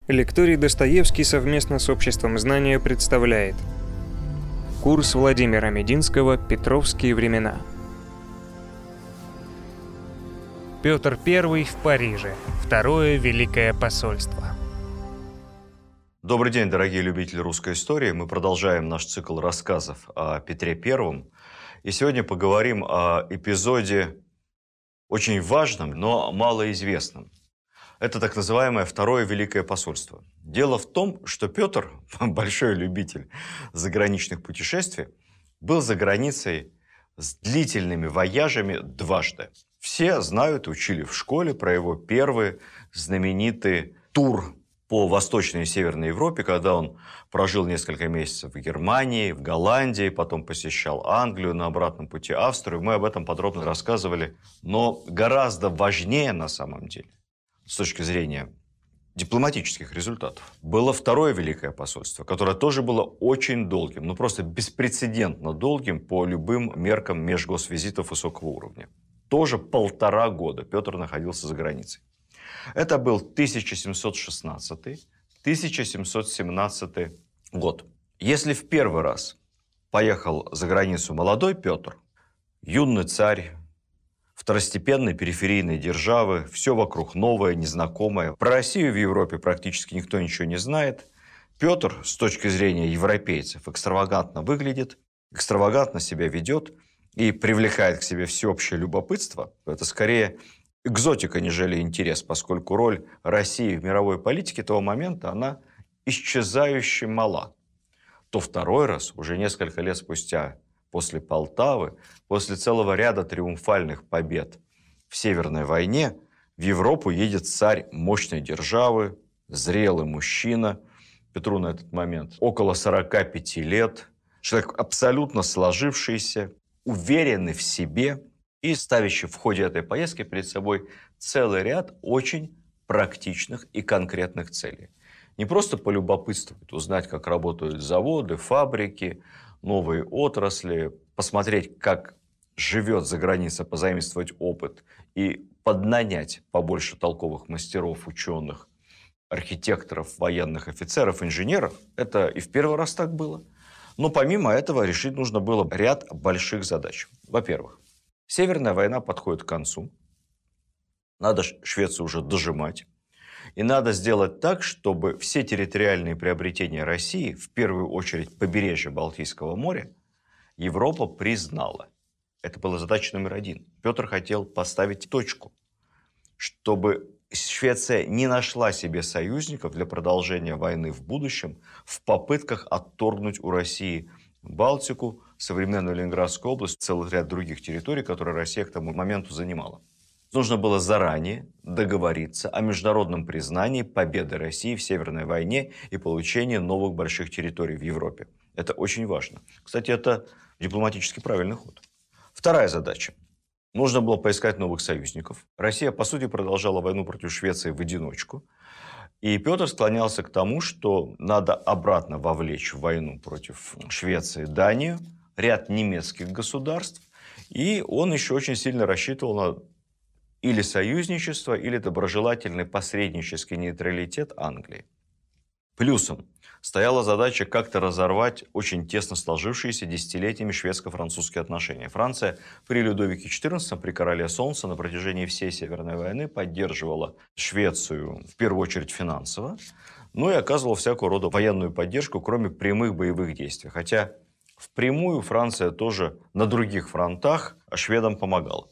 Лекторий Достоевский совместно с Обществом знания представляет курс Владимира Мединского «Петровские времена». Петр I в Париже. Второе Великое посольство. Добрый день, дорогие любители русской истории. Мы продолжаем наш цикл рассказов о Петре I. И сегодня поговорим о эпизоде очень важном, но малоизвестном. Это так называемое Второе Великое посольство. Дело в том, что Петр, большой любитель заграничных путешествий, был за границей с длительными вояжами дважды. Все знают, учили в школе про его первый знаменитый тур по Восточной и Северной Европе, когда он прожил несколько месяцев в Германии, в Голландии, потом посещал Англию, на обратном пути Австрию. Мы об этом подробно рассказывали. Но гораздо важнее на самом деле, с точки зрения дипломатических результатов, было Второе Великое посольство, которое тоже было очень долгим, ну просто беспрецедентно долгим по любым меркам межгосвизитов высокого уровня. Тоже 1,5 года Петр находился за границей. Это был 1716-1717 год. Если в первый раз поехал за границу молодой Петр, юный царь второстепенной периферийной державы, все вокруг новое, незнакомое. Про Россию в Европе практически никто ничего не знает. Петр, с точки зрения европейцев, экстравагантно выглядит, экстравагантно себя ведет и привлекает к себе всеобщее любопытство. Это скорее экзотика, нежели интерес, поскольку роль России в мировой политике того момента, она исчезающе мала. То второй раз, уже несколько лет спустя, после Полтавы, после целого ряда триумфальных побед в Северной войне, в Европу едет царь мощной державы, зрелый мужчина. Петру на этот момент около 45 лет. Человек абсолютно сложившийся, уверенный в себе и ставящий в ходе этой поездки перед собой целый ряд очень практичных и конкретных целей. Не просто полюбопытствовать, узнать, как работают заводы, фабрики, новые отрасли, посмотреть, как живет за границей, позаимствовать опыт и поднанять побольше толковых мастеров, ученых, архитекторов, военных офицеров, инженеров. Это и в первый раз так было. Но помимо этого решить нужно было ряд больших задач. Во-первых, Северная война подходит к концу. Надо Швецию уже дожимать. И надо сделать так, чтобы все территориальные приобретения России, в первую очередь побережье Балтийского моря, Европа признала. Это была задача номер один. Петр хотел поставить точку, чтобы Швеция не нашла себе союзников для продолжения войны в будущем в попытках отторгнуть у России Балтику, современную Ленинградскую область, целый ряд других территорий, которые Россия к тому моменту занимала. Нужно было заранее договориться о международном признании победы России в Северной войне и получении новых больших территорий в Европе. Это очень важно. Кстати, это дипломатически правильный ход. Вторая задача. Нужно было поискать новых союзников. Россия, по сути, продолжала войну против Швеции в одиночку. И Петр склонялся к тому, что надо обратно вовлечь в войну против Швеции Данию, ряд немецких государств. И он еще очень сильно рассчитывал на или союзничество, или доброжелательный посреднический нейтралитет Англии. Плюсом стояла задача как-то разорвать очень тесно сложившиеся десятилетиями шведско-французские отношения. Франция при Людовике XIV, при короле Солнца на протяжении всей Северной войны поддерживала Швецию в первую очередь финансово, но и оказывала всякого рода военную поддержку, кроме прямых боевых действий. Хотя впрямую Франция тоже на других фронтах шведам помогала.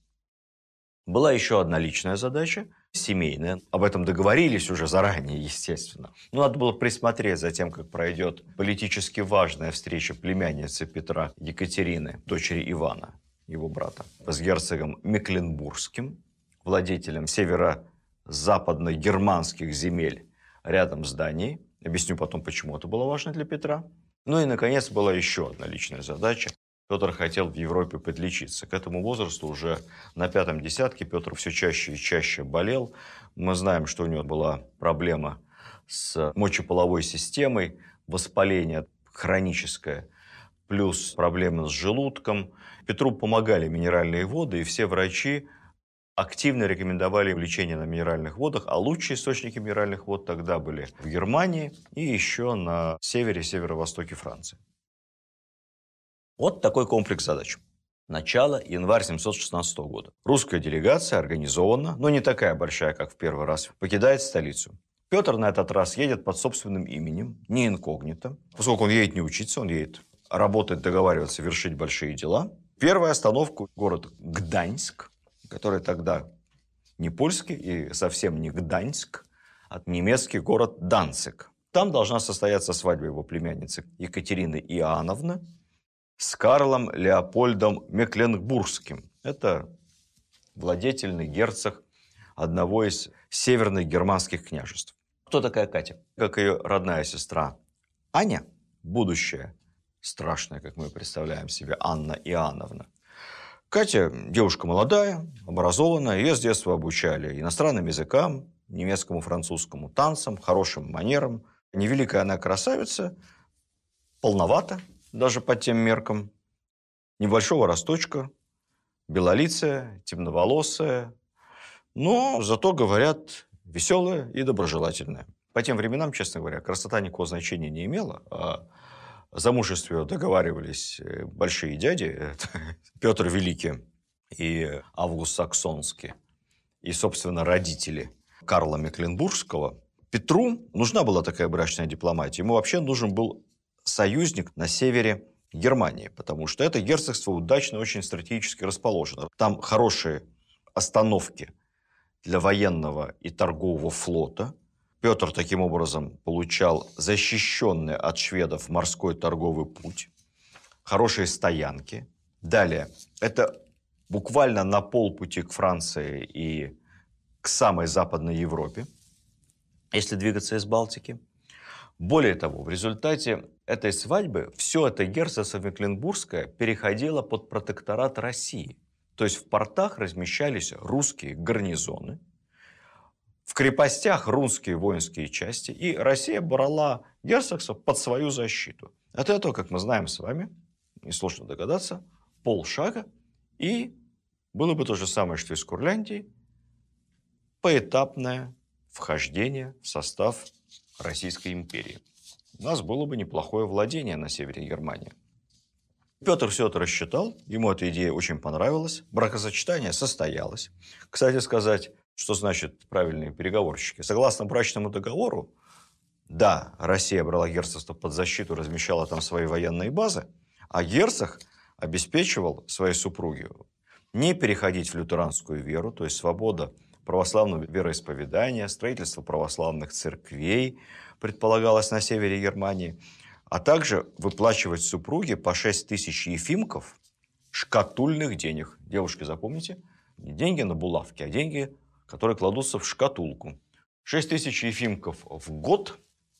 Была еще одна личная задача, семейная. Об этом договорились уже заранее, естественно. Но надо было присмотреть за тем, как пройдет политически важная встреча племянницы Петра Екатерины, дочери Ивана, его брата, с герцогом Мекленбургским, владетелем северо-западно-германских земель рядом с Данией. Объясню потом, почему это было важно для Петра. Ну и, наконец, была еще одна личная задача. Петр хотел в Европе подлечиться. К этому возрасту уже на 5-м десятке Петр все чаще и чаще болел. Мы знаем, что у него была проблема с мочеполовой системой, воспаление хроническое, плюс проблемы с желудком. Петру помогали минеральные воды, и все врачи активно рекомендовали лечение на минеральных водах, а лучшие источники минеральных вод тогда были в Германии и еще на севере, северо-востоке Франции. Вот такой комплекс задач. Начало, январь 716 года. Русская делегация организованно, но не такая большая, как в первый раз, покидает столицу. Петр на этот раз едет под собственным именем, не инкогнито. Поскольку он едет не учиться, он едет работать, договариваться, вершить большие дела. Первая остановка – город Гданьск, который тогда не польский и совсем не Гданьск, а немецкий город Данциг. Там должна состояться свадьба его племянницы Екатерины Иоанновны с Карлом Леопольдом Мекленбургским. Это владетельный герцог одного из северных германских княжеств. Кто такая Катя? Как ее родная сестра Аня, будущая, страшная, как мы представляем себе, Анна Иоанновна. Катя девушка молодая, образованная, ее с детства обучали иностранным языкам, немецкому, французскому, танцам, хорошим манерам. Невеликая она красавица, полновата, даже по тем меркам, небольшого росточка, белолицая, темноволосая, но зато, говорят, веселая и доброжелательная. По тем временам, честно говоря, красота никакого значения не имела, а о замужестве договаривались большие дяди, Петр Великий и Август Саксонский, и, собственно, родители Карла Мекленбургского. Петру нужна была такая брачная дипломатия. Ему вообще нужен был союзник на севере Германии, потому что это герцогство удачно, очень стратегически расположено. Там хорошие остановки для военного и торгового флота. Петр таким образом получал защищенный от шведов морской торговый путь, хорошие стоянки. Далее, это буквально на полпути к Франции и к самой Западной Европе, если двигаться из Балтики. Более того, в результате этой свадьбы все это герцогство Мекленбургское переходило под протекторат России. То есть в портах размещались русские гарнизоны, в крепостях русские воинские части, и Россия брала герцогство под свою защиту. От этого, как мы знаем с вами, несложно догадаться, полшага, и было бы то же самое, что и с Курляндией, поэтапное вхождение в состав Российской империи. У нас было бы неплохое владение на севере Германии. Петр все это рассчитал, ему эта идея очень понравилась, бракосочетание состоялось. Кстати сказать, что значит правильные переговорщики? Согласно брачному договору, да, Россия брала герцогство под защиту, размещала там свои военные базы, а герцог обеспечивал своей супруге не переходить в лютеранскую веру, то есть свобода православного вероисповедания, строительство православных церквей предполагалось на севере Германии, а также выплачивать супруге по 6 тысяч ефимков шкатульных денег. Девушки, запомните, не деньги на булавки, а деньги, которые кладутся в шкатулку. 6 тысяч ефимков в год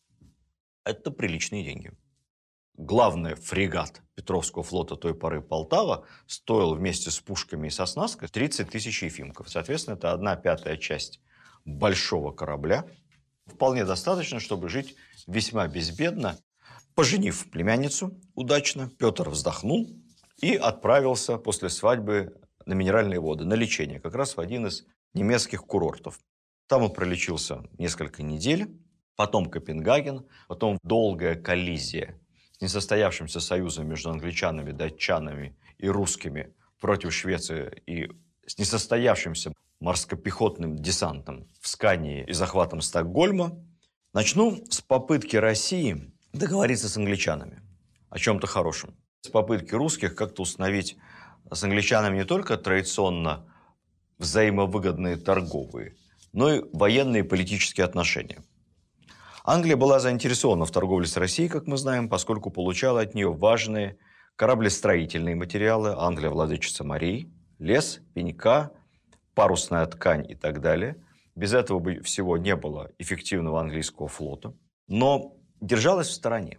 – это приличные деньги. Главный фрегат Петровского флота той поры Полтава стоил вместе с пушками и с оснасткой 30 тысяч ефимков. Соответственно, это 1/5 часть большого корабля. Вполне достаточно, чтобы жить весьма безбедно. Поженив племянницу удачно, Петр вздохнул и отправился после свадьбы на минеральные воды, на лечение, как раз в один из немецких курортов. Там он пролечился несколько недель, потом Копенгаген, потом долгая коллизия с несостоявшимся союзом между англичанами, датчанами и русскими против Швеции и с несостоявшимся морскопехотным десантом в Скании и захватом Стокгольма. Начну с попытки России договориться с англичанами о чем-то хорошем. С попытки русских как-то установить с англичанами не только традиционно взаимовыгодные торговые, но и военные и политические отношения. Англия была заинтересована в торговле с Россией, как мы знаем, поскольку получала от нее важные кораблестроительные материалы, Англия владычица морей, лес, пенька, парусная ткань и так далее. Без этого бы всего не было эффективного английского флота, но держалась в стороне.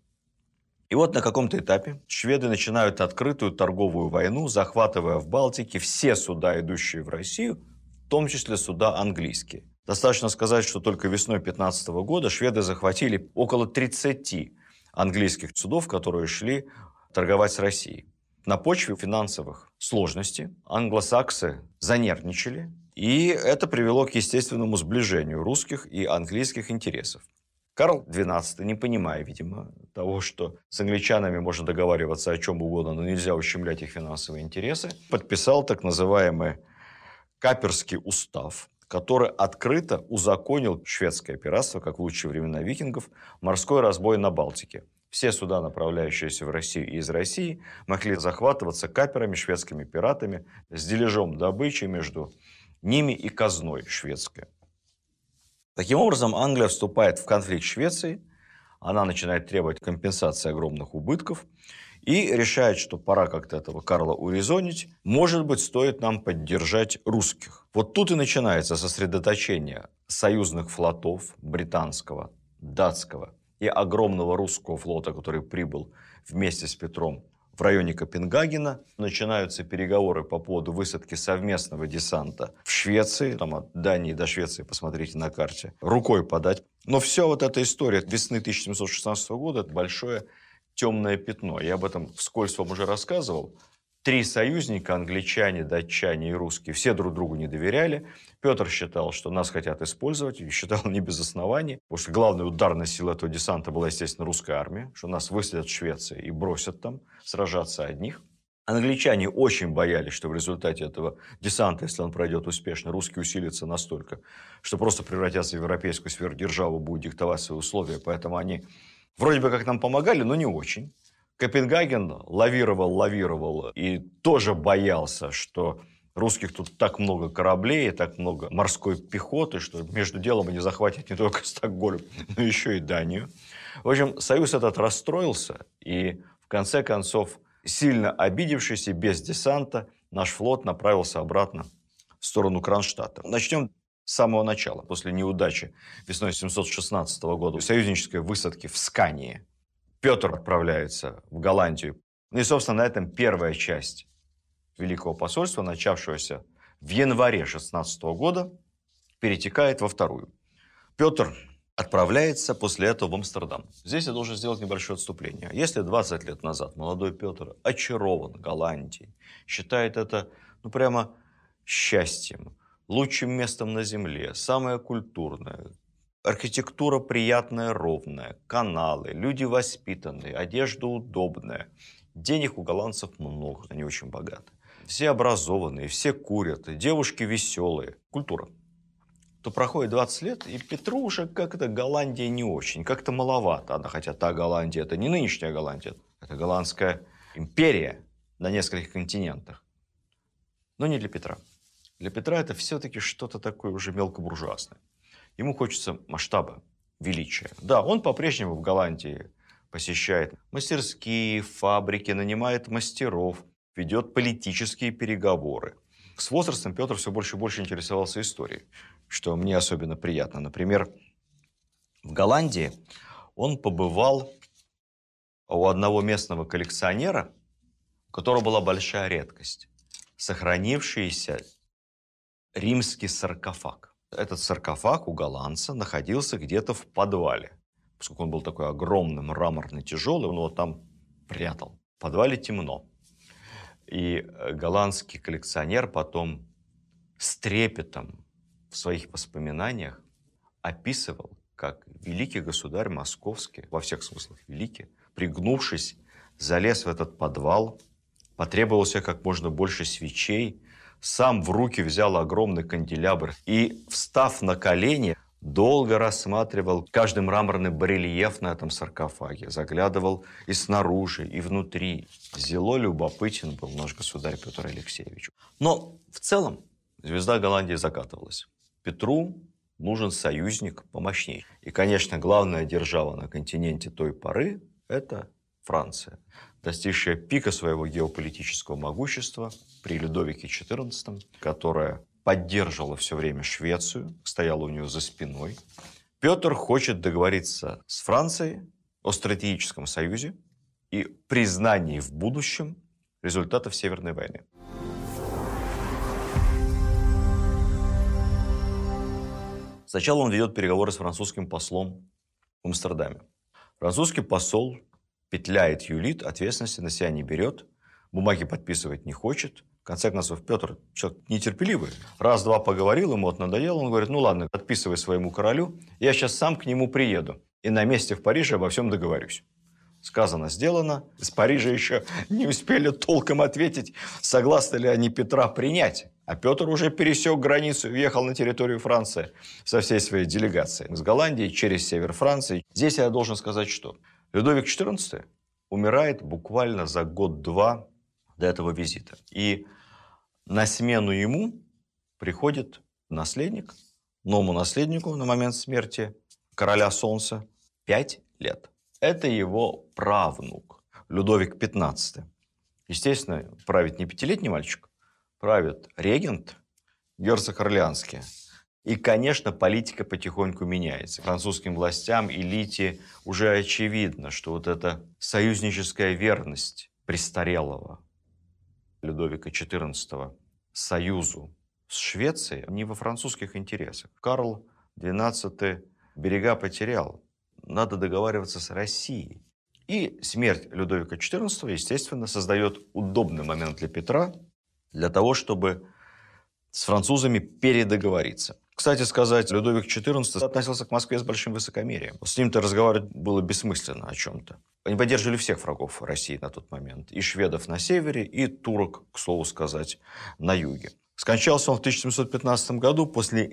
И вот на каком-то этапе шведы начинают открытую торговую войну, захватывая в Балтике все суда, идущие в Россию, в том числе суда английские. Достаточно сказать, что только весной 15 года шведы захватили около 30 английских судов, которые шли торговать с Россией. На почве финансовых сложностей англосаксы занервничали, и это привело к естественному сближению русских и английских интересов. Карл XII, не понимая, видимо, того, что с англичанами можно договариваться о чем угодно, но нельзя ущемлять их финансовые интересы, подписал так называемый Каперский устав, который открыто узаконил шведское пиратство, как в лучшие времена викингов, морской разбой на Балтике. Все суда, направляющиеся в Россию и из России, могли захватываться каперами, шведскими пиратами, с дележом добычи между ними и казной шведской. Таким образом, Англия вступает в конфликт с Швецией, она начинает требовать компенсации огромных убытков и решает, что пора как-то этого Карла урезонить. Может быть, стоит нам поддержать русских. Вот тут и начинается сосредоточение союзных флотов британского, датского и огромного русского флота, который прибыл вместе с Петром в районе Копенгагена. Начинаются переговоры по поводу высадки совместного десанта в Швеции. Там от Дании до Швеции, посмотрите на карте, рукой подать. Но все вот эта история весны 1716 года – это большое темное пятно. Я об этом вскользь вам уже рассказывал. 3 союзника, англичане, датчане и русские, все друг другу не доверяли. Петр считал, что нас хотят использовать, и считал не без оснований. Потому что главной ударной силой этого десанта была, естественно, русская армия, что нас высадят в Швеции и бросят там сражаться одних. Англичане очень боялись, что в результате этого десанта, если он пройдет успешно, русские усилятся настолько, что просто превратятся в европейскую сверхдержаву, будут диктовать свои условия. Поэтому они вроде бы как нам помогали, но не очень. Копенгаген лавировал и тоже боялся, что русских тут так много кораблей, так много морской пехоты, что между делом они захватят не только Стокгольм, но еще и Данию. В общем, союз этот расстроился, и в конце концов, сильно обидевшись и без десанта, наш флот направился обратно в сторону Кронштадта. Начнем с самого начала. После неудачи весной 716 года союзнической высадки в Скании Петр отправляется в Голландию. Ну и, собственно, на этом первая часть Великого посольства, начавшегося в январе 16 года, перетекает во вторую. Петр отправляется после этого в Амстердам. Здесь я должен сделать небольшое отступление. Если 20 лет назад молодой Петр очарован Голландией, считает это прямо счастьем, лучшим местом на земле, самое культурное, архитектура приятная, ровная, каналы, люди воспитанные, одежда удобная. Денег у голландцев много, они очень богаты. Все образованные, все курят, девушки веселые. Культура. То проходит 20 лет, и Петру уже как-то Голландия не очень, как-то маловато. Хотя та Голландия, это не нынешняя Голландия, это голландская империя на нескольких континентах. Но не для Петра. Для Петра это все-таки что-то такое уже мелкобуржуазное. Ему хочется масштаба, величия. Да, он по-прежнему в Голландии посещает мастерские, фабрики, нанимает мастеров, ведет политические переговоры. С возрастом Петр все больше и больше интересовался историей, что мне особенно приятно. Например, в Голландии он побывал у одного местного коллекционера, у которого была большая редкость – сохранившийся римский саркофаг. Этот саркофаг у голландца находился где-то в подвале. Поскольку он был такой огромный, мраморный, тяжелый, он его там прятал. В подвале темно. И голландский коллекционер потом с трепетом в своих воспоминаниях описывал, как великий государь московский, во всех смыслах великий, пригнувшись, залез в этот подвал, потребовал себе как можно больше свечей, сам в руки взял огромный канделябр и, встав на колени, долго рассматривал каждый мраморный барельеф на этом саркофаге, заглядывал и снаружи, и внутри. Зело любопытен был наш государь Петр Алексеевич. Но в целом звезда Голландии закатывалась. Петру нужен союзник помощнее. И, конечно, главная держава на континенте той поры – это Франция, достигшая пика своего геополитического могущества при Людовике XIV, которая поддерживала все время Швецию, стояла у нее за спиной. Петр хочет договориться с Францией о стратегическом союзе и признании в будущем результатов Северной войны. Сначала он ведет переговоры с французским послом в Амстердаме. Французский посол петляет, юлит, ответственности на себя не берет, бумаги подписывать не хочет. В конце концов, Петр человек нетерпеливый. Раз-два поговорил, ему это надоело. Он говорит, ну ладно, подписывай своему королю. Я сейчас сам к нему приеду. И на месте в Париже обо всем договорюсь. Сказано, сделано. Из Парижа еще не успели толком ответить, согласны ли они Петра принять. А Петр уже пересек границу и въехал на территорию Франции со всей своей делегацией. С Голландии через север Франции. Здесь я должен сказать, что Людовик XIV умирает буквально за год-два до этого визита. И на смену ему приходит наследник, новому наследнику на момент смерти короля Солнца 5 лет. Это его правнук, Людовик XV. Естественно, правит не пятилетний мальчик, правит регент, герцог Орлеанский. И, конечно, политика потихоньку меняется. Французским властям, элите уже очевидно, что вот эта союзническая верность престарелого Людовика XIV союзу с Швецией не во французских интересах. Карл XII берега потерял. Надо договариваться с Россией. И смерть Людовика XIV, естественно, создает удобный момент для Петра для того, чтобы с французами передоговориться. Кстати сказать, Людовик XIV относился к Москве с большим высокомерием. С ним-то разговаривать было бессмысленно о чем-то. Они поддерживали всех врагов России на тот момент. И шведов на севере, и турок, к слову сказать, на юге. Скончался он в 1715 году после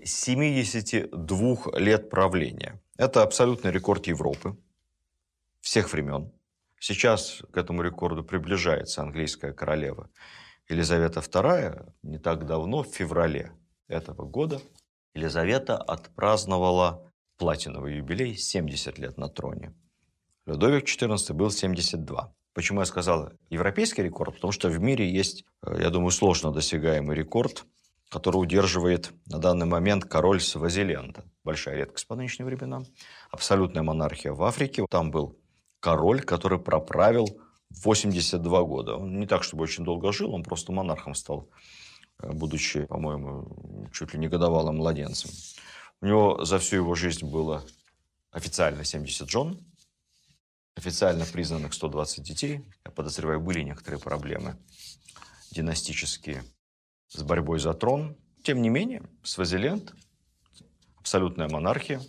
72 лет правления. Это абсолютный рекорд Европы всех времен. Сейчас к этому рекорду приближается английская королева Елизавета II. Не так давно, в феврале этого года, Елизавета отпраздновала платиновый юбилей, 70 лет на троне. Людовик XIV был 72. Почему я сказал европейский рекорд? Потому что в мире есть, я думаю, сложно досягаемый рекорд, который удерживает на данный момент король Свазиленда. Большая редкость по нынешним временам. Абсолютная монархия в Африке. Там был король, который проправил 82 года. Он не так, чтобы очень долго жил, он просто монархом стал, будучи, по-моему, чуть ли не годовалым младенцем. У него за всю его жизнь было официально 70 жен, официально признанных 120 детей. Я подозреваю, были некоторые проблемы династические с борьбой за трон. Тем не менее, Свазиленд, абсолютная монархия,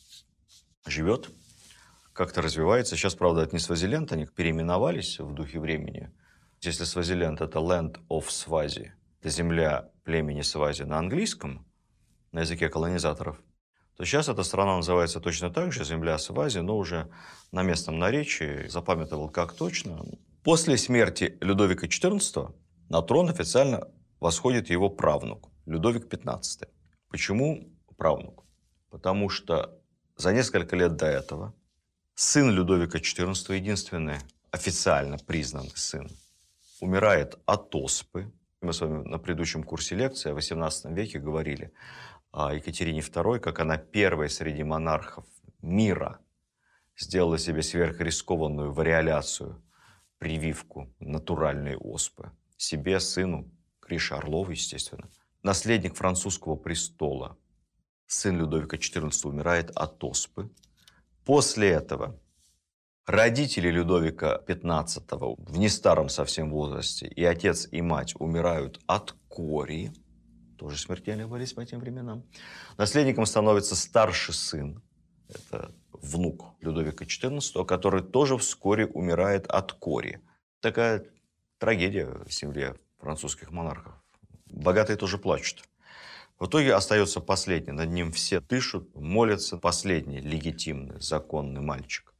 живет, как-то развивается. Сейчас, правда, это не Свазиленд, они переименовались в духе времени. Если Свазиленд – это Land of Swazi, это земля племени Свази на английском, на языке колонизаторов, то сейчас эта страна называется точно так же, земля Свази, но уже на местном наречии. Запамятовал как точно. После смерти Людовика XIV на трон официально восходит его правнук, Людовик XV. Почему правнук? Потому что за несколько лет до этого сын Людовика XIV, единственный официально признанный сын, умирает от оспы. Мы с вами на предыдущем курсе лекции о XVIII веке говорили о Екатерине II, как она первой среди монархов мира сделала себе сверхрискованную вариоляцию, прививку натуральной оспы. Себе, сыну, Грише Орлову, естественно. Наследник французского престола, сын Людовика XIV, умирает от оспы. После этого родители Людовика XV в нестаром совсем возрасте, и отец, и мать умирают от кори, тоже смертельная болезнь по тем временам. Наследником становится старший сын, это внук Людовика XIV, который тоже вскоре умирает от кори. Такая трагедия в семье французских монархов. Богатые тоже плачут. В итоге остается последний, над ним все дышат, молятся. Последний легитимный, законный мальчик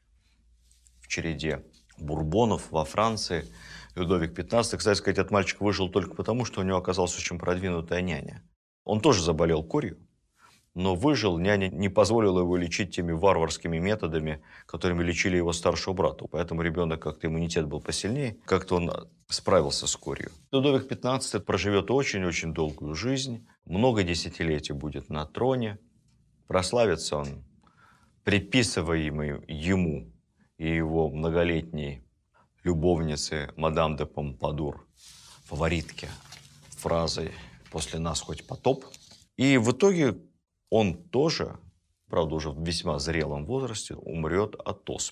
в череде бурбонов во Франции, Людовик XV. Кстати сказать, этот мальчик выжил только потому, что у него оказалась очень продвинутая няня. Он тоже заболел корью, но выжил. Няня не позволила его лечить теми варварскими методами, которыми лечили его старшего брата. Поэтому ребенок как-то иммунитет был посильнее, как-то он справился с корью. Людовик XV проживет очень-очень долгую жизнь, много десятилетий будет на троне. Прославится он приписываемый ему и его многолетней любовнице мадам де Помпадур, фаворитке, фразой «после нас хоть потоп». И в итоге он тоже, правда, уже в весьма зрелом возрасте, умрет от оспы.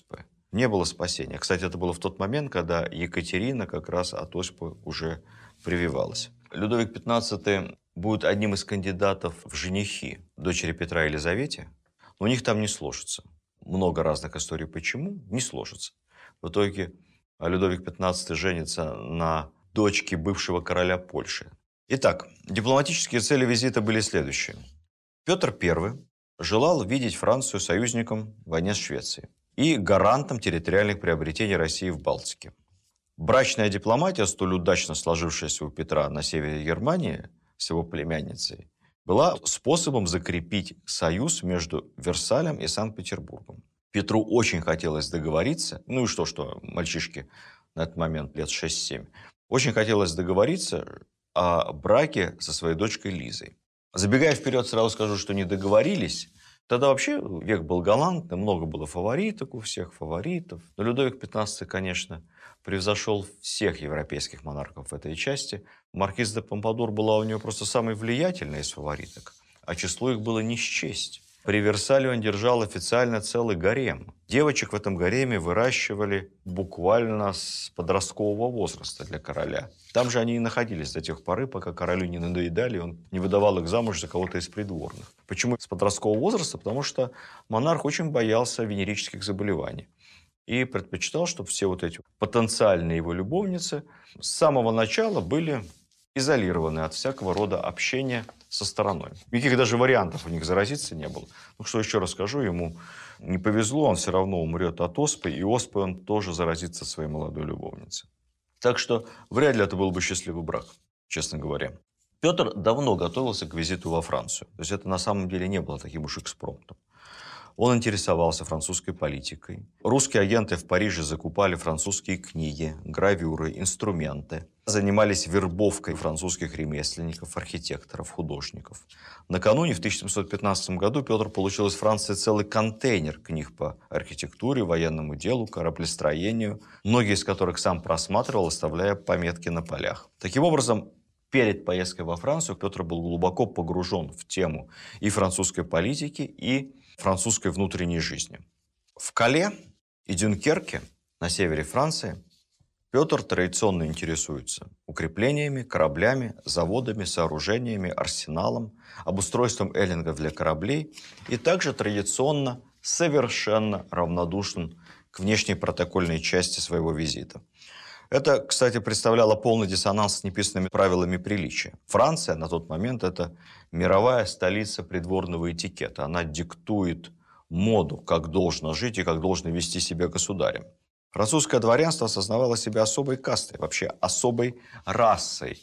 Не было спасения. Кстати, это было в тот момент, когда Екатерина как раз от оспы уже прививалась. Людовик XV будет одним из кандидатов в женихи дочери Петра Елизавете, но у них там не сложится. Много разных историй почему, не сложится. В итоге Людовик XV женится на дочке бывшего короля Польши. Итак, дипломатические цели визита были следующие. Петр I желал видеть Францию союзником в войне с Швецией и гарантом территориальных приобретений России в Балтике. Брачная дипломатия, столь удачно сложившаяся у Петра на севере Германии с его племянницей, была способом закрепить союз между Версалем и Санкт-Петербургом. Петру очень хотелось договориться, ну и что мальчишки на этот момент лет 6-7, очень хотелось договориться о браке со своей дочкой Лизой. Забегая вперед, сразу скажу, что не договорились. Тогда вообще век был галантный, много было фавориток у всех, фаворитов. Но Людовик XV, конечно, превзошел всех европейских монархов в этой части. Маркиз де Помпадур была у него просто самой влиятельной из фавориток, а число их было не счесть. При Версале он держал официально целый гарем. Девочек в этом гареме выращивали буквально с подросткового возраста для короля. Там же они и находились до тех пор, пока королю не надоедали, он не выдавал их замуж за кого-то из придворных. Почему с подросткового возраста? Потому что монарх очень боялся венерических заболеваний. И предпочитал, чтобы все вот эти потенциальные его любовницы с самого начала были изолированы от всякого рода общения со стороной. Никаких даже вариантов у них заразиться не было. Ну, что еще раз скажу, ему не повезло, он все равно умрет от оспы, и оспой он тоже заразится своей молодой любовницей. Так что вряд ли это был бы счастливый брак, честно говоря. Петр давно готовился к визиту во Францию. То есть это на самом деле не было таким уж экспромтом. Он интересовался французской политикой. Русские агенты в Париже закупали французские книги, гравюры, инструменты. Занимались вербовкой французских ремесленников, архитекторов, художников. Накануне, в 1715 году, Петр получил из Франции целый контейнер книг по архитектуре, военному делу, кораблестроению, многие из которых сам просматривал, оставляя пометки на полях. Таким образом, перед поездкой во Францию Петр был глубоко погружен в тему и французской политики, и французской внутренней жизни. В Кале и Дюнкерке на севере Франции Петр традиционно интересуется укреплениями, кораблями, заводами, сооружениями, арсеналом, обустройством эллингов для кораблей и также традиционно совершенно равнодушен к внешней протокольной части своего визита. Это, кстати, представляло полный диссонанс с неписанными правилами приличия. Франция на тот момент – это мировая столица придворного этикета. Она диктует моду, как должно жить и как должно вести себя государем. Французское дворянство осознавало себя особой кастой, вообще особой расой,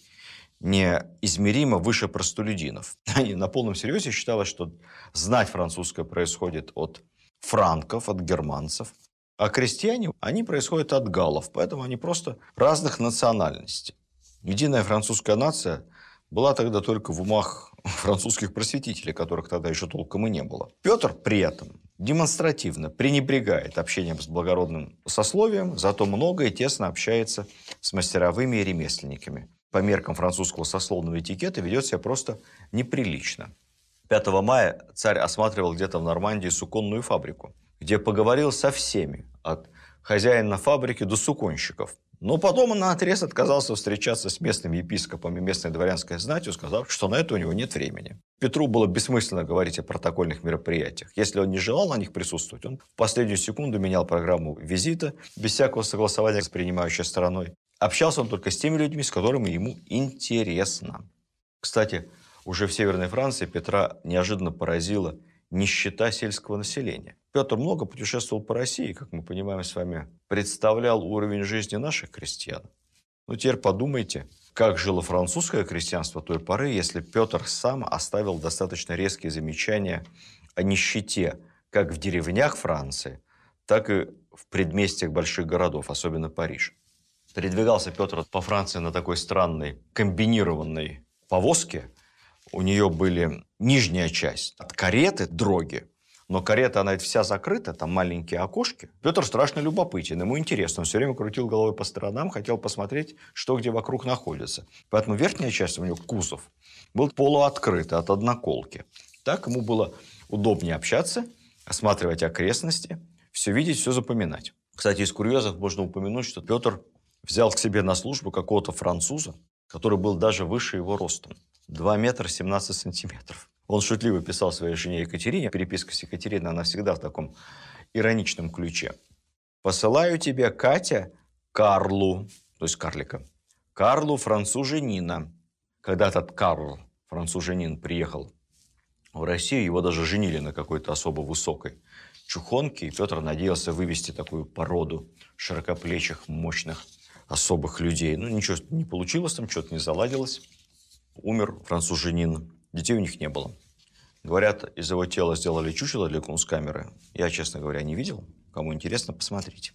неизмеримо выше простолюдинов. Они на полном серьезе считалось, что знать французское происходит от франков, от германцев. А крестьяне, они происходят от галлов, поэтому они просто разных национальностей. Единая французская нация была тогда только в умах французских просветителей, которых тогда еще толком и не было. Петр при этом демонстративно пренебрегает общением с благородным сословием, зато много и тесно общается с мастеровыми и ремесленниками. По меркам французского сословного этикета ведет себя просто неприлично. 5 мая царь осматривал где-то в Нормандии суконную фабрику, где поговорил со всеми, от хозяина фабрики до суконщиков. Но потом он наотрез отказался встречаться с местным епископом и местной дворянской знатью, сказав, что на это у него нет времени. Петру было бессмысленно говорить о протокольных мероприятиях. Если он не желал на них присутствовать, он в последнюю секунду менял программу визита, без всякого согласования с принимающей стороной. Общался он только с теми людьми, с которыми ему интересно. Кстати, уже в Северной Франции Петра неожиданно поразила нищета сельского населения. Петр много путешествовал по России, как мы понимаем с вами, представлял уровень жизни наших крестьян. Ну, теперь подумайте, как жило французское крестьянство той поры, если Петр сам оставил достаточно резкие замечания о нищете как в деревнях Франции, так и в предместьях больших городов, особенно Париж. Передвигался Петр по Франции на такой странной комбинированной повозке. У нее были нижняя часть от кареты, дроги, но карета, она ведь вся закрыта, там маленькие окошки. Петр страшно любопытен, ему интересно, он все время крутил головой по сторонам, хотел посмотреть, что где вокруг находится. Поэтому верхняя часть у него, кузов, был полуоткрытый от одноколки. Так ему было удобнее общаться, осматривать окрестности, все видеть, все запоминать. Кстати, из курьезов можно упомянуть, что Петр взял к себе на службу какого-то француза, который был даже выше его ростом. 2 метра 17 сантиметров. Он шутливо писал своей жене Екатерине. Переписка с Екатериной, она всегда в таком ироничном ключе. «Посылаю тебе, Катя, Карлу», то есть карлика, «Карлу француженина». Когда этот Карл, француженин, приехал в Россию, его даже женили на какой-то особо высокой чухонке, и Петр надеялся вывести такую породу широкоплечих, мощных, особых людей. Ну, ничего не получилось там, что-то не заладилось. Умер француженин, детей у них не было. Говорят, из его тела сделали чучело для кунсткамеры. Я, честно говоря, не видел. Кому интересно, посмотрите.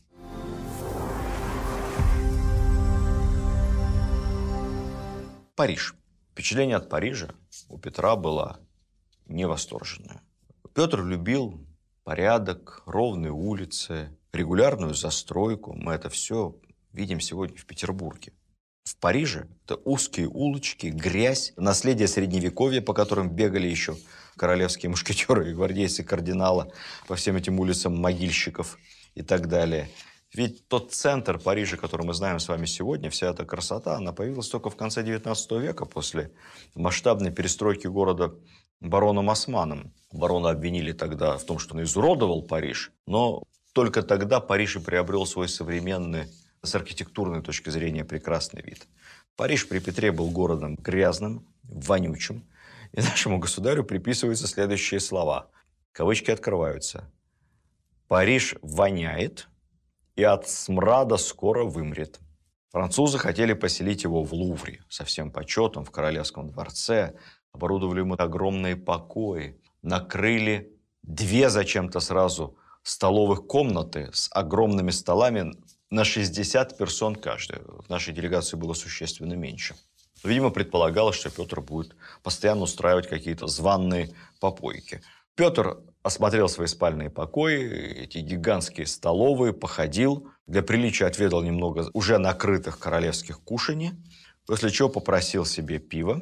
Париж. Впечатление от Парижа у Петра было невосторженное. Петр любил порядок, ровные улицы, регулярную застройку. Мы это все видим сегодня в Петербурге. В Париже это узкие улочки, грязь, наследие Средневековья, по которым бегали еще королевские мушкетеры и гвардейцы кардинала, по всем этим улицам могильщиков и так далее. Ведь тот центр Парижа, который мы знаем с вами сегодня, вся эта красота, она появилась только в конце 19 века, после масштабной перестройки города бароном Османом. Барона обвинили тогда в том, что он изуродовал Париж, но только тогда Париж и приобрел свой современный, с архитектурной точки зрения, прекрасный вид. Париж при Петре был городом грязным, вонючим, и нашему государю приписываются следующие слова. Кавычки открываются. «Париж воняет и от смрада скоро вымрет». Французы хотели поселить его в Лувре со всем почетом, в Королевском дворце, оборудовали ему огромные покои, накрыли 2 зачем-то сразу столовых комнаты с огромными столами на 60 персон каждая. В нашей делегации было существенно меньше. Видимо, предполагалось, что Петр будет постоянно устраивать какие-то званые попойки. Петр осмотрел свои спальные покои, эти гигантские столовые, походил, для приличия отведал немного уже накрытых королевских кушаний, после чего попросил себе пива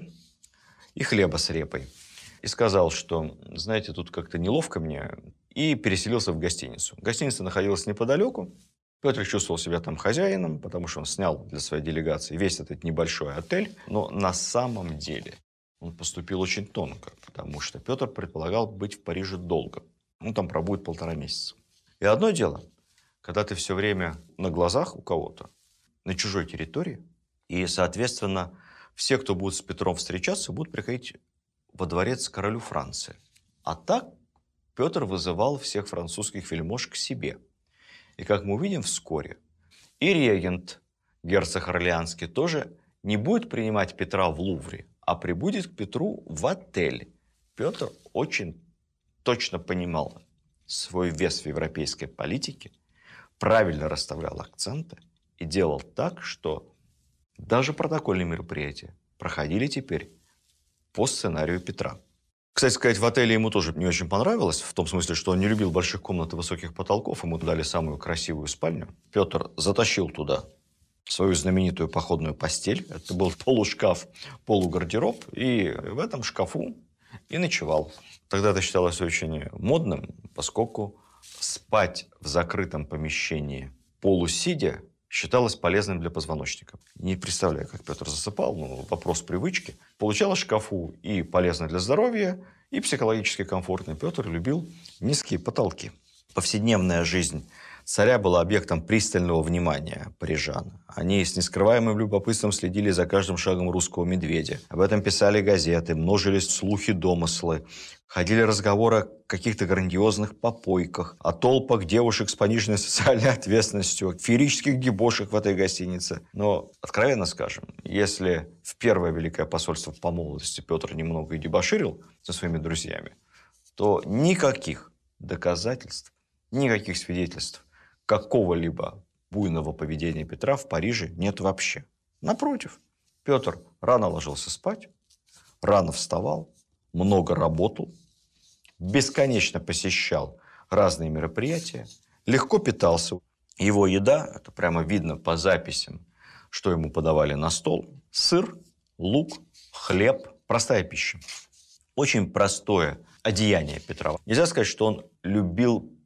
и хлеба с репой. И сказал, что, знаете, тут как-то неловко мне, и переселился в гостиницу. Гостиница находилась неподалеку. Петр чувствовал себя там хозяином, потому что он снял для своей делегации весь этот небольшой отель. Но на самом деле он поступил очень тонко, потому что Петр предполагал быть в Париже долго. Он там пробудет 1,5 месяца. И одно дело, когда ты все время на глазах у кого-то, на чужой территории, и, соответственно, все, кто будет с Петром встречаться, будут приходить во дворец королю Франции. А так Петр вызывал всех французских вельмож к себе. И, как мы увидим вскоре, и регент, герцог Орлеанский, тоже не будет принимать Петра в Лувре, а прибудет к Петру в отель. Петр очень точно понимал свой вес в европейской политике, правильно расставлял акценты и делал так, что даже протокольные мероприятия проходили теперь по сценарию Петра. Кстати сказать, в отеле ему тоже не очень понравилось, в том смысле, что он не любил больших комнат и высоких потолков, ему дали самую красивую спальню. Петр затащил туда свою знаменитую походную постель. Это был полушкаф, полугардероб, и в этом шкафу и ночевал. Тогда это считалось очень модным, поскольку спать в закрытом помещении полусидя считалось полезным для позвоночника. Не представляю, как Петр засыпал, но вопрос привычки. Получалось в шкафу и полезно для здоровья, и психологически комфортно. Петр любил низкие потолки. Повседневная жизнь царя была объектом пристального внимания парижан. Они с нескрываемым любопытством следили за каждым шагом русского медведя. Об этом писали газеты, множились слухи, домыслы. Ходили разговоры о каких-то грандиозных попойках, о толпах девушек с пониженной социальной ответственностью, о феерических дебошах в этой гостинице. Но, откровенно скажем, если в первое Великое посольство по молодости Петр немного и дебоширил со своими друзьями, то никаких доказательств, никаких свидетельств какого-либо буйного поведения Петра в Париже нет вообще. Напротив, Петр рано ложился спать, рано вставал, много работал, бесконечно посещал разные мероприятия, легко питался. Его еда, это прямо видно по записям, что ему подавали на стол: сыр, лук, хлеб, простая пища. Очень простое одеяние Петра. Нельзя сказать, что он любил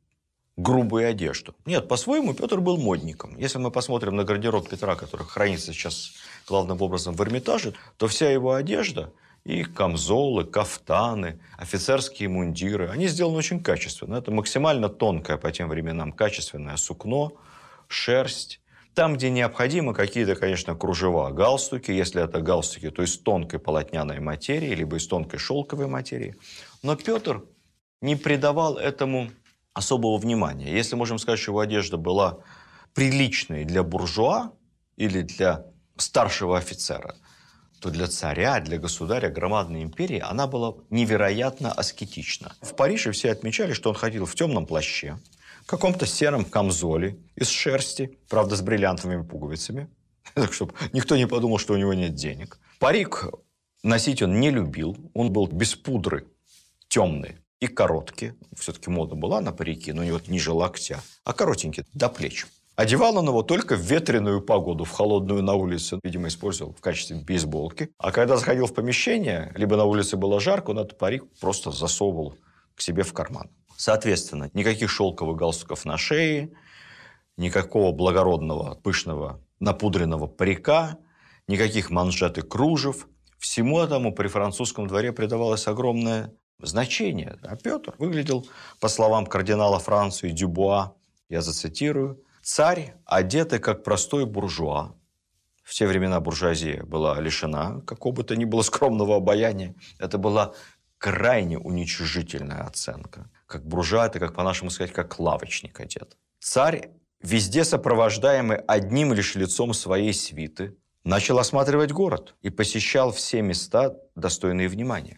грубую одежду. Нет, по-своему Петр был модником. Если мы посмотрим на гардероб Петра, который хранится сейчас главным образом в Эрмитаже, то вся его одежда, и камзолы, кафтаны, офицерские мундиры, они сделаны очень качественно. Это максимально тонкое по тем временам качественное сукно, шерсть. Там, где необходимо, какие-то, конечно, кружева, галстуки. Если это галстуки, то из тонкой полотняной материи, либо из тонкой шелковой материи. Но Петр не придавал этому особого внимания. Если можем сказать, что его одежда была приличной для буржуа или для старшего офицера, то для царя, для государя громадной империи она была невероятно аскетична. В Париже все отмечали, что он ходил в темном плаще, в каком-то сером камзоле из шерсти, правда, с бриллиантовыми пуговицами, так, чтобы никто не подумал, что у него нет денег. Парик носить он не любил, он был без пудры, темный и короткий. Все-таки мода была на парики, но не вот ниже локтя, а коротенький, до плеч. Одевал он его только в ветреную погоду, в холодную на улице. Видимо, использовал в качестве бейсболки. А когда заходил в помещение, либо на улице было жарко, он этот парик просто засовывал к себе в карман. Соответственно, никаких шелковых галстуков на шее, никакого благородного, пышного, напудренного парика, никаких манжет и кружев. Всему этому при французском дворе придавалось огромное значение. А Петр выглядел, по словам кардинала Франции Дюбуа, я зацитирую, «Царь, одетый как простой буржуа». В те времена буржуазия была лишена какого бы то ни было скромного обаяния. Это была крайне уничижительная оценка. Как буржуа, это, как по-нашему сказать, как лавочник одет. Царь, везде сопровождаемый одним лишь лицом своей свиты, начал осматривать город и посещал все места, достойные внимания.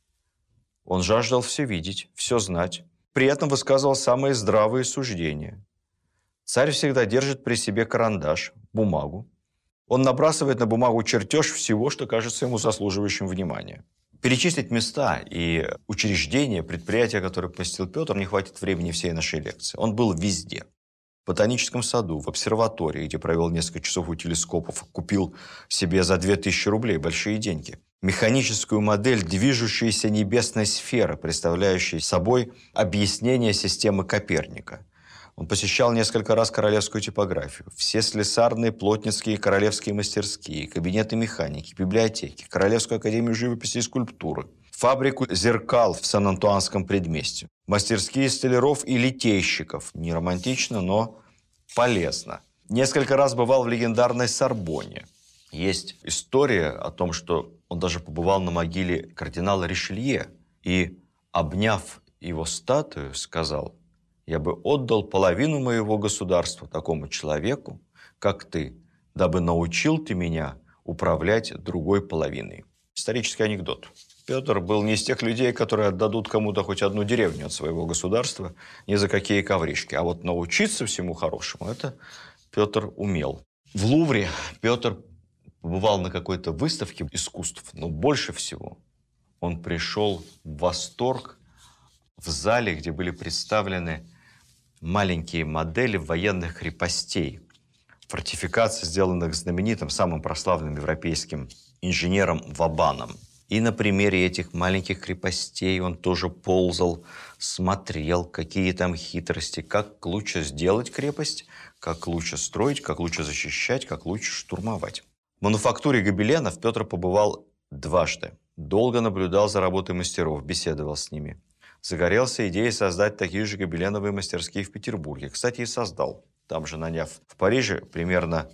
Он жаждал все видеть, все знать, при этом высказывал самые здравые суждения. Царь всегда держит при себе карандаш, бумагу. Он набрасывает на бумагу чертеж всего, что кажется ему заслуживающим внимания. Перечислить места и учреждения, предприятия, которые посетил Петр, не хватит времени всей нашей лекции. Он был везде. В ботаническом саду, в обсерватории, где провел несколько часов у телескопов, купил себе за 2000 рублей большие деньги. Механическую модель движущейся небесной сферы, представляющей собой объяснение системы Коперника. Он посещал несколько раз королевскую типографию, все слесарные, плотницкие и королевские мастерские, кабинеты механики, библиотеки, Королевскую академию живописи и скульптуры, фабрику зеркал в Сан-Антуанском предместье, мастерские столяров и литейщиков. Не романтично, но полезно. Несколько раз бывал в легендарной Сорбонне. Есть история о том, что он даже побывал на могиле кардинала Ришелье и, обняв его статую, сказал: «Я бы отдал половину моего государства такому человеку, как ты, дабы научил ты меня управлять другой половиной». Исторический анекдот. Петр был не из тех людей, которые отдадут кому-то хоть одну деревню от своего государства ни за какие ковришки. А вот научиться всему хорошему, это Петр умел. В Лувре Петр побывал на какой-то выставке искусств, но больше всего он пришел в восторг в зале, где были представлены маленькие модели военных крепостей, фортификаций, сделанных знаменитым, самым прославленным европейским инженером Вабаном. И на примере этих маленьких крепостей он тоже ползал, смотрел, какие там хитрости, как лучше сделать крепость, как лучше строить, как лучше защищать, как лучше штурмовать. В мануфактуре гобеленов Петр побывал дважды. Долго наблюдал за работой мастеров, беседовал с ними. Загорелся идеей создать такие же гобеленовые мастерские в Петербурге. Кстати, и создал. Там же, наняв в Париже примерно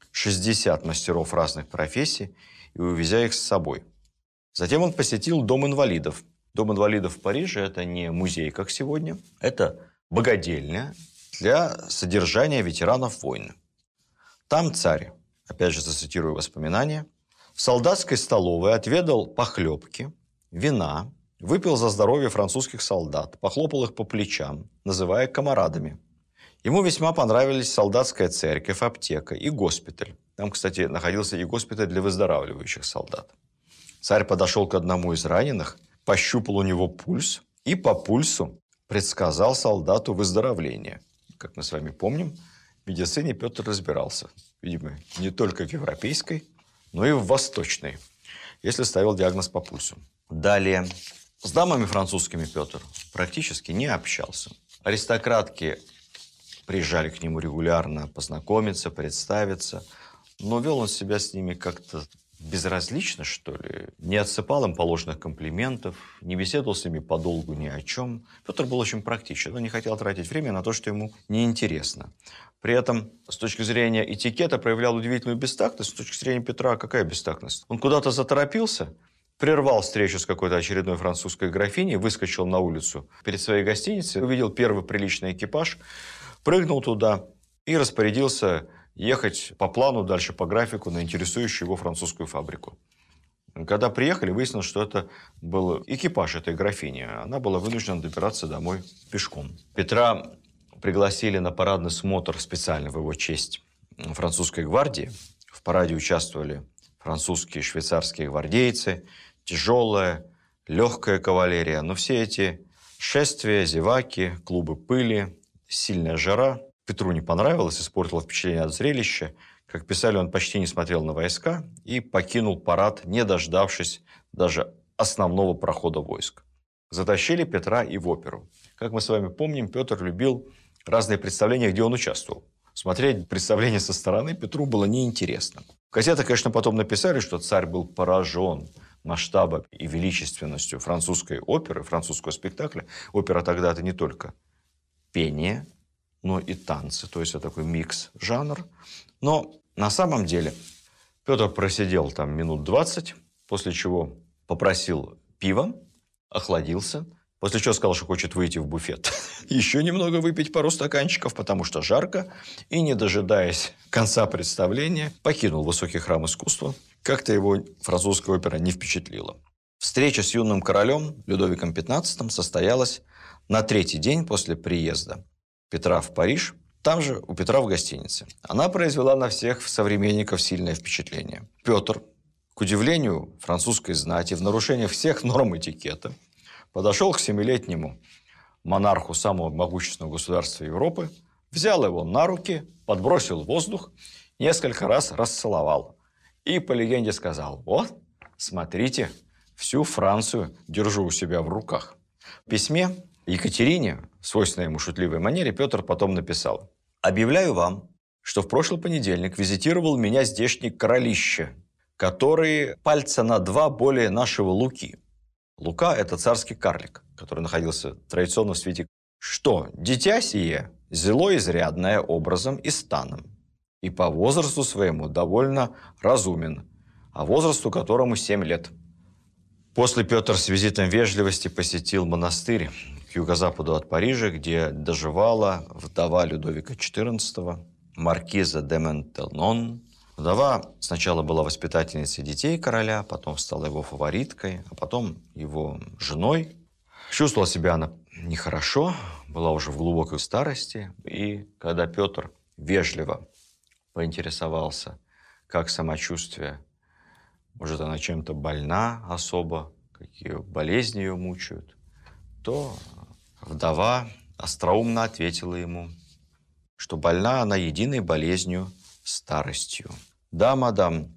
60 мастеров разных профессий и увезя их с собой. Затем он посетил Дом инвалидов. Дом инвалидов в Париже – это не музей, как сегодня. Это богадельня для содержания ветеранов войны. Там царь, опять же зацитирую воспоминания, в солдатской столовой отведал похлебки, вина, выпил за здоровье французских солдат, похлопал их по плечам, называя комарадами. Ему весьма понравились солдатская церковь, аптека и госпиталь. Там, кстати, находился и госпиталь для выздоравливающих солдат. Царь подошел к одному из раненых, пощупал у него пульс и по пульсу предсказал солдату выздоровление. Как мы с вами помним, в медицине Петр разбирался. Видимо, не только в европейской, но и в восточной, если ставил диагноз по пульсу. Далее. С дамами французскими Петр практически не общался. Аристократки приезжали к нему регулярно познакомиться, представиться, но вел он себя с ними как-то безразлично, что ли, не отсыпал им положенных комплиментов, не беседовал с ними подолгу ни о чем. Петр был очень практичен, он не хотел тратить время на то, что ему неинтересно. При этом, с точки зрения этикета, проявлял удивительную бестактность. С точки зрения Петра, какая бестактность? Он куда-то заторопился, прервал встречу с какой-то очередной французской графиней, выскочил на улицу перед своей гостиницей, увидел первый приличный экипаж, прыгнул туда и распорядился ехать по плану, дальше по графику, на интересующую его французскую фабрику. Когда приехали, выяснилось, что это был экипаж этой графини. Она была вынуждена добираться домой пешком. Петра пригласили на парадный смотр специально в его честь французской гвардии. В параде участвовали французские и швейцарские гвардейцы, тяжелая, легкая кавалерия. Но все эти шествия, зеваки, клубы пыли, сильная жара Петру не понравилось, испортило впечатление от зрелища. Как писали, он почти не смотрел на войска и покинул парад, не дождавшись даже основного прохода войск. Затащили Петра и в оперу. Как мы с вами помним, Петр любил разные представления, где он участвовал. Смотреть представления со стороны Петру было неинтересно. В газетах, конечно, потом написали, что царь был поражен масштабом и величественностью французской оперы, французского спектакля. Опера тогда это не только пение, но и танцы, то есть это такой микс-жанр. Но на самом деле Петр просидел там минут 20, после чего попросил пива, охладился, после чего сказал, что хочет выйти в буфет. Еще немного выпить пару стаканчиков, потому что жарко, и, не дожидаясь конца представления, покинул высокий храм искусства. Как-то его французская опера не впечатлила. Встреча с юным королем Людовиком XV состоялась на третий день после приезда Петра в Париж, там же у Петра в гостинице. Она произвела на всех современников сильное впечатление. Петр, к удивлению французской знати, в нарушение всех норм этикета, подошел к 7-летнему монарху самого могущественного государства Европы, взял его на руки, подбросил в воздух, несколько раз расцеловал. И по легенде сказал: «Вот, смотрите, всю Францию держу у себя в руках». В письме Екатерине, в свойственной ему шутливой манере, Петр потом написал: «Объявляю вам, что в прошлый понедельник визитировал меня здешний королище, который пальца на 2 более нашего Луки». Лука – это царский карлик, который находился традиционно в свете. Что дитя сие зело изрядное образом и станом, и по возрасту своему довольно разумен, а возрасту которому 7 лет. После Петр с визитом вежливости посетил монастырь к юго-западу от Парижа, где доживала вдова Людовика XIV, маркиза де Ментелон. Вдова сначала была воспитательницей детей короля, потом стала его фавориткой, а потом его женой. Чувствовала себя она нехорошо, была уже в глубокой старости. И когда Петр вежливо поинтересовался, как самочувствие, может, она чем-то больна особо, какие болезни ее мучают, то вдова остроумно ответила ему, что больна она единой болезнью – старостью. «Да, мадам,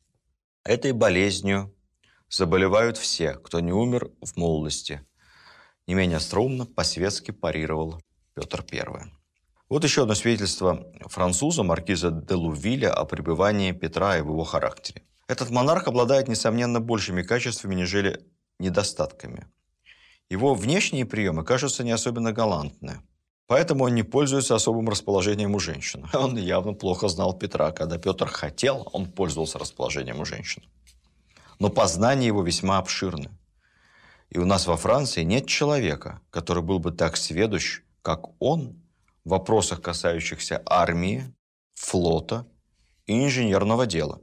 этой болезнью заболевают все, кто не умер в молодости», не менее остроумно по-светски парировал Петр I. Вот еще одно свидетельство француза, маркиза де Лувиля, о пребывании Петра и в его характере. Этот монарх обладает, несомненно, большими качествами, нежели недостатками. Его внешние приемы кажутся не особенно галантны, поэтому он не пользуется особым расположением у женщин. Он явно плохо знал Петра. Когда Петр хотел, он пользовался расположением у женщин. Но познания его весьма обширны. И у нас во Франции нет человека, который был бы так сведущ, как он, в вопросах, касающихся армии, флота и инженерного дела.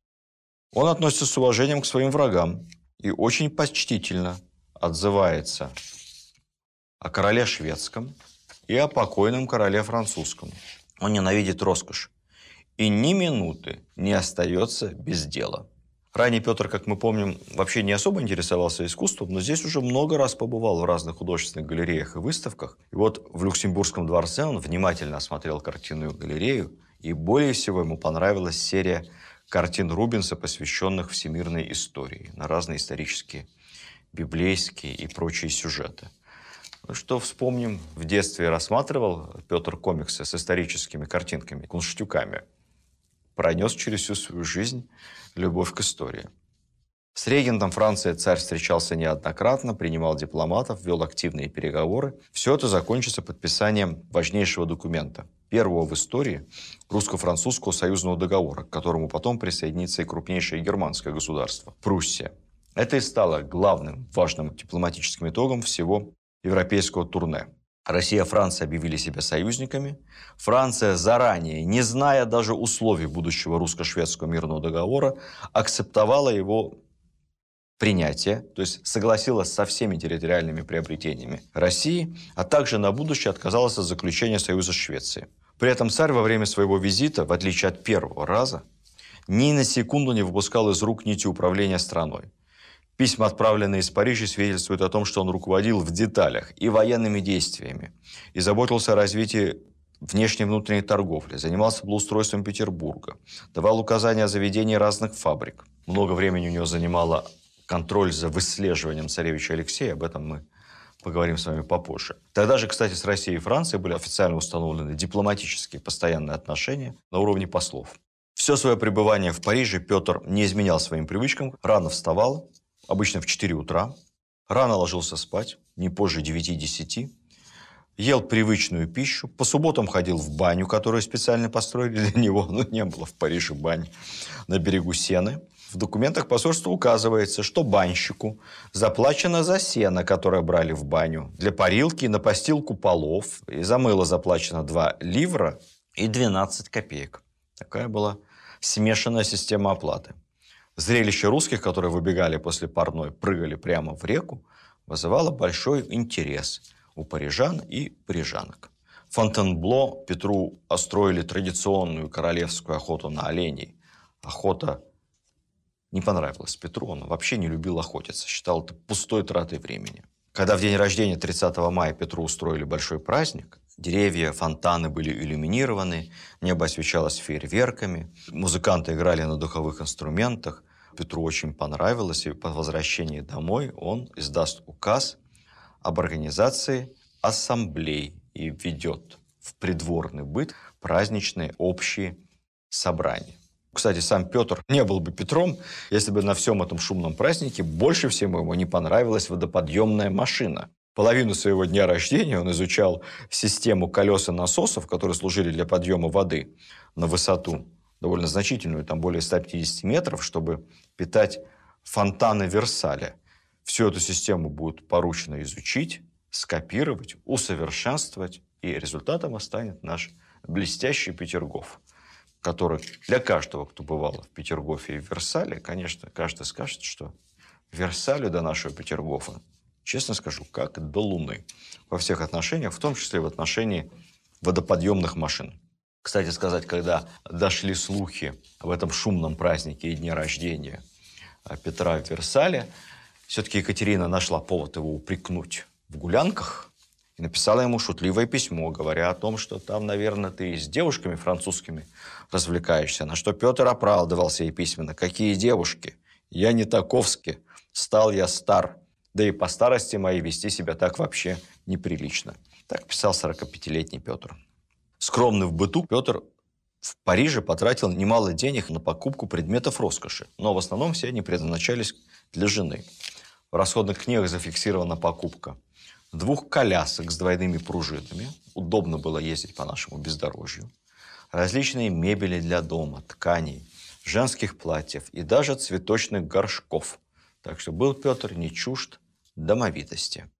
Он относится с уважением к своим врагам и очень почтительно отзывается о короле шведском и о покойном короле французском. Он ненавидит роскошь и ни минуты не остается без дела. Ранее Петр, как мы помним, вообще не особо интересовался искусством, но здесь уже много раз побывал в разных художественных галереях и выставках. И вот в Люксембургском дворце он внимательно осмотрел картинную галерею, и более всего ему понравилась серия картин Рубенса, посвященных всемирной истории, на разные исторические, библейские и прочие сюжеты. Что вспомним, в детстве рассматривал Петр комиксы с историческими картинками, кунштюками. Пронес через всю свою жизнь любовь к истории. С регентом Франции царь встречался неоднократно, принимал дипломатов, вел активные переговоры. Все это закончится подписанием важнейшего документа, первого в истории русско-французского союзного договора, к которому потом присоединится и крупнейшее германское государство – Пруссия. Это и стало главным важным дипломатическим итогом всего европейского турне. Россия и Франция объявили себя союзниками. Франция заранее, не зная даже условий будущего русско-шведского мирного договора, акцептовала его принятие, то есть согласилась со всеми территориальными приобретениями России, а также на будущее отказалась от заключения союза с Швецией. При этом царь во время своего визита, в отличие от первого раза, ни на секунду не выпускал из рук нити управления страной. Письма, отправленные из Парижа, свидетельствуют о том, что он руководил в деталях и военными действиями, и заботился о развитии внешней и внутренней торговли, занимался благоустройством Петербурга, давал указания о заведении разных фабрик. Много времени у него занимало контроль за выслеживанием царевича Алексея, об этом мы поговорим с вами попозже. Тогда же, кстати, с Россией и Францией были официально установлены дипломатические постоянные отношения на уровне послов. Все свое пребывание в Париже Петр не изменял своим привычкам, рано вставал, обычно в 4 утра, рано ложился спать, не позже 9-10, ел привычную пищу, по субботам ходил в баню, которую специально построили для него, но не было в Париже бань, на берегу Сены. В документах посольства указывается, что банщику заплачено за сено, которое брали в баню, для парилки и на постилку полов, и за мыло заплачено 2 ливра и 12 копеек. Такая была смешанная система оплаты. Зрелище русских, которые выбегали после парной, прыгали прямо в реку, вызывало большой интерес у парижан и парижанок. В Фонтенбло Петру устроили традиционную королевскую охоту на оленей. Охота не понравилась Петру, он вообще не любил охотиться, считал это пустой тратой времени. Когда в день рождения 30 мая Петру устроили большой праздник, деревья, фонтаны были иллюминированы, небо освещалось фейерверками, музыканты играли на духовых инструментах. Петру очень понравилось, и по возвращении домой он издаст указ об организации ассамблей и введет в придворный быт праздничные общие собрания. Кстати, сам Петр не был бы Петром, если бы на всем этом шумном празднике больше всего ему не понравилась водоподъемная машина. Половину своего дня рождения он изучал систему колес и насосов, которые служили для подъема воды на высоту довольно значительную, там более 150 метров, чтобы питать фонтаны Версаля. Всю эту систему будет поручено изучить, скопировать, усовершенствовать, и результатом станет наш блестящий Петергоф, который для каждого, кто бывал в Петергофе и в Версале, конечно, каждый скажет, что Версалю до нашего Петергофа, честно скажу, как до Луны. Во всех отношениях, в том числе в отношении водоподъемных машин. Кстати сказать, когда дошли слухи об этом шумном празднике и дне рождения Петра в Версале, все-таки Екатерина нашла повод его упрекнуть в гулянках и написала ему шутливое письмо, говоря о том, что там, наверное, ты с девушками французскими развлекаешься. На что Петр оправдывался ей письменно. Какие девушки? Я не таковски. Стал я стар. Да и по старости моей вести себя так вообще неприлично. Так писал 45-летний Петр. Скромный в быту, Петр в Париже потратил немало денег на покупку предметов роскоши, но в основном все они предназначались для жены. В расходных книгах зафиксирована покупка 2 колясок с двойными пружинами, удобно было ездить по нашему бездорожью, различные мебели для дома, тканей, женских платьев и даже цветочных горшков. Так что был Петр не чужд домовитости.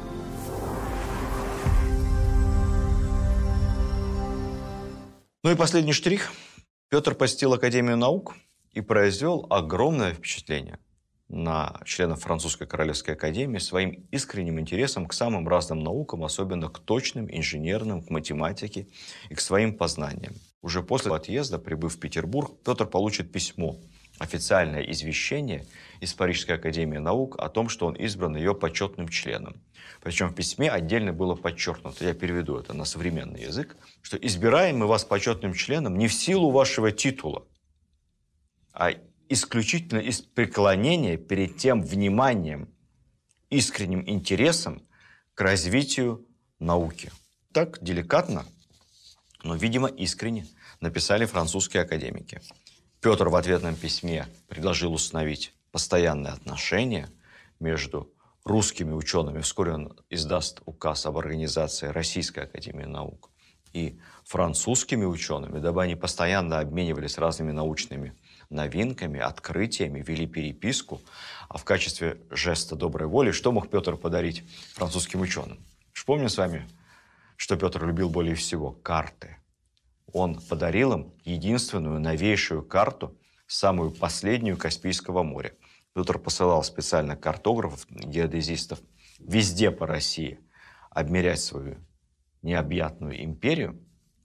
Ну и последний штрих. Петр посетил Академию наук и произвел огромное впечатление на членов Французской Королевской Академии своим искренним интересом к самым разным наукам, особенно к точным, инженерным, к математике и к своим познаниям. Уже после отъезда, прибыв в Петербург, Петр получит письмо, официальное извещение из Парижской Академии наук о том, что он избран ее почетным членом. Причем в письме отдельно было подчеркнуто, я переведу это на современный язык, что избираем мы вас почетным членом не в силу вашего титула, а исключительно из преклонения перед тем вниманием, искренним интересом, к развитию науки. Так деликатно, но, видимо, искренне написали французские академики. Петр в ответном письме предложил установить постоянные отношения между русскими учеными. Вскоре он издаст указ об организации Российской академии наук и французскими учеными, дабы они постоянно обменивались разными научными новинками, открытиями, вели переписку. А в качестве жеста доброй воли что мог Петр подарить французским ученым? Помним с вами, что Петр любил более всего? Карты. Он подарил им единственную новейшую карту, самую последнюю Каспийского моря. Петр посылал специально картографов, геодезистов везде по России обмерять свою необъятную империю.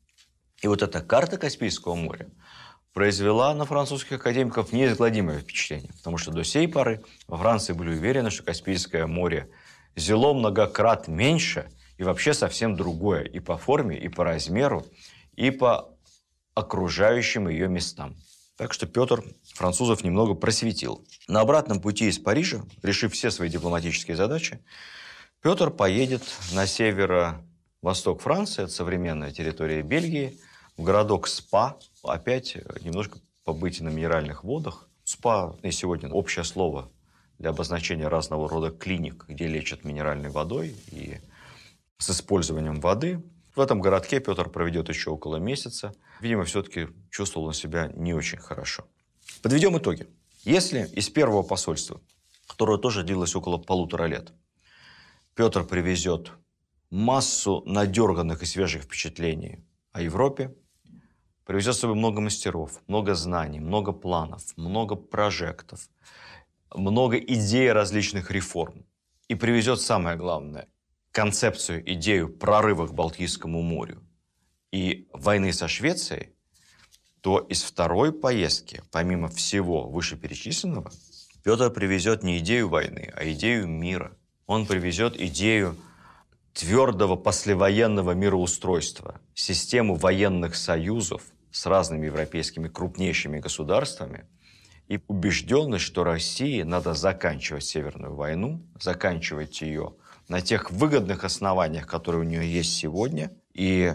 И вот эта карта Каспийского моря произвела на французских академиков неизгладимое впечатление, потому что до сей поры во Франции были уверены, что Каспийское море зело многократ меньше и вообще совсем другое и по форме, и по размеру, и по окружающим ее местам. Так что Петр французов немного просветил. На обратном пути из Парижа, решив все свои дипломатические задачи, Петр поедет на северо-восток Франции, это современная территория Бельгии, в городок Спа, опять немножко побыть на минеральных водах. Спа и сегодня общее слово для обозначения разного рода клиник, где лечат минеральной водой и с использованием воды. В этом городке Петр проведет еще около месяца. Видимо, все-таки чувствовал он себя не очень хорошо. Подведем итоги. Если из первого посольства, которое тоже длилось около 1,5 лет, Петр привезет массу надерганных и свежих впечатлений о Европе, привезет с собой много мастеров, много знаний, много планов, много прожектов, много идей различных реформ. И привезет самое главное – концепцию, идею прорыва к Балтийскому морю и войны со Швецией, то из второй поездки, помимо всего вышеперечисленного, Петр привезет не идею войны, а идею мира. Он привезет идею твердого послевоенного мироустройства, систему военных союзов с разными европейскими крупнейшими государствами и убежденность, что России надо заканчивать Северную войну, заканчивать ее на тех выгодных основаниях, которые у нее есть сегодня, и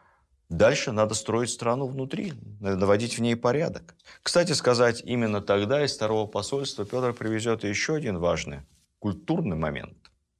дальше надо строить страну внутри, надо наводить в ней порядок. Кстати сказать, именно тогда из второго посольства Петр привезет еще один важный культурный момент.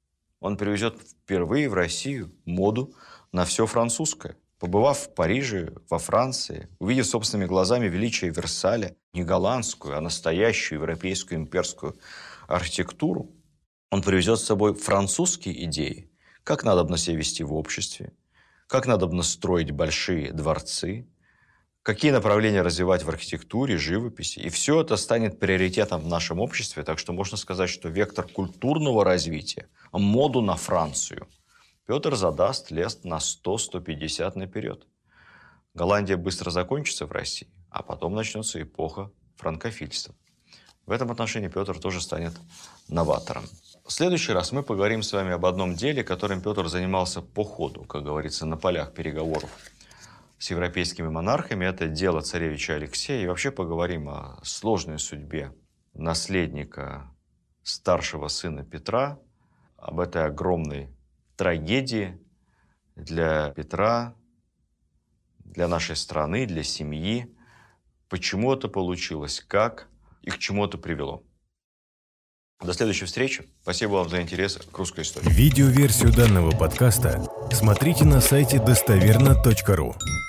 Он привезет впервые в Россию моду на все французское. Побывав в Париже, во Франции, увидев собственными глазами величие Версаля, не голландскую, а настоящую европейскую имперскую архитектуру, он привезет с собой французские идеи, как надо себя вести в обществе, как надо строить большие дворцы, какие направления развивать в архитектуре, живописи. И все это станет приоритетом в нашем обществе. Так что можно сказать, что вектор культурного развития, моду на Францию, Петр задаст лет на 100-150 наперед. Голландия быстро закончится в России, а потом начнется эпоха франкофильства. В этом отношении Петр тоже станет новатором. В следующий раз мы поговорим с вами об одном деле, которым Петр занимался по ходу, как говорится, на полях переговоров с европейскими монархами. Это дело царевича Алексея. И вообще поговорим о сложной судьбе наследника старшего сына Петра, об этой огромной трагедии для Петра, для нашей страны, для семьи. Почему это получилось, как и к чему это привело. До следующей встречи. Спасибо вам за интерес к русской истории. Видеоверсию данного подкаста смотрите на сайте достоверно.ру.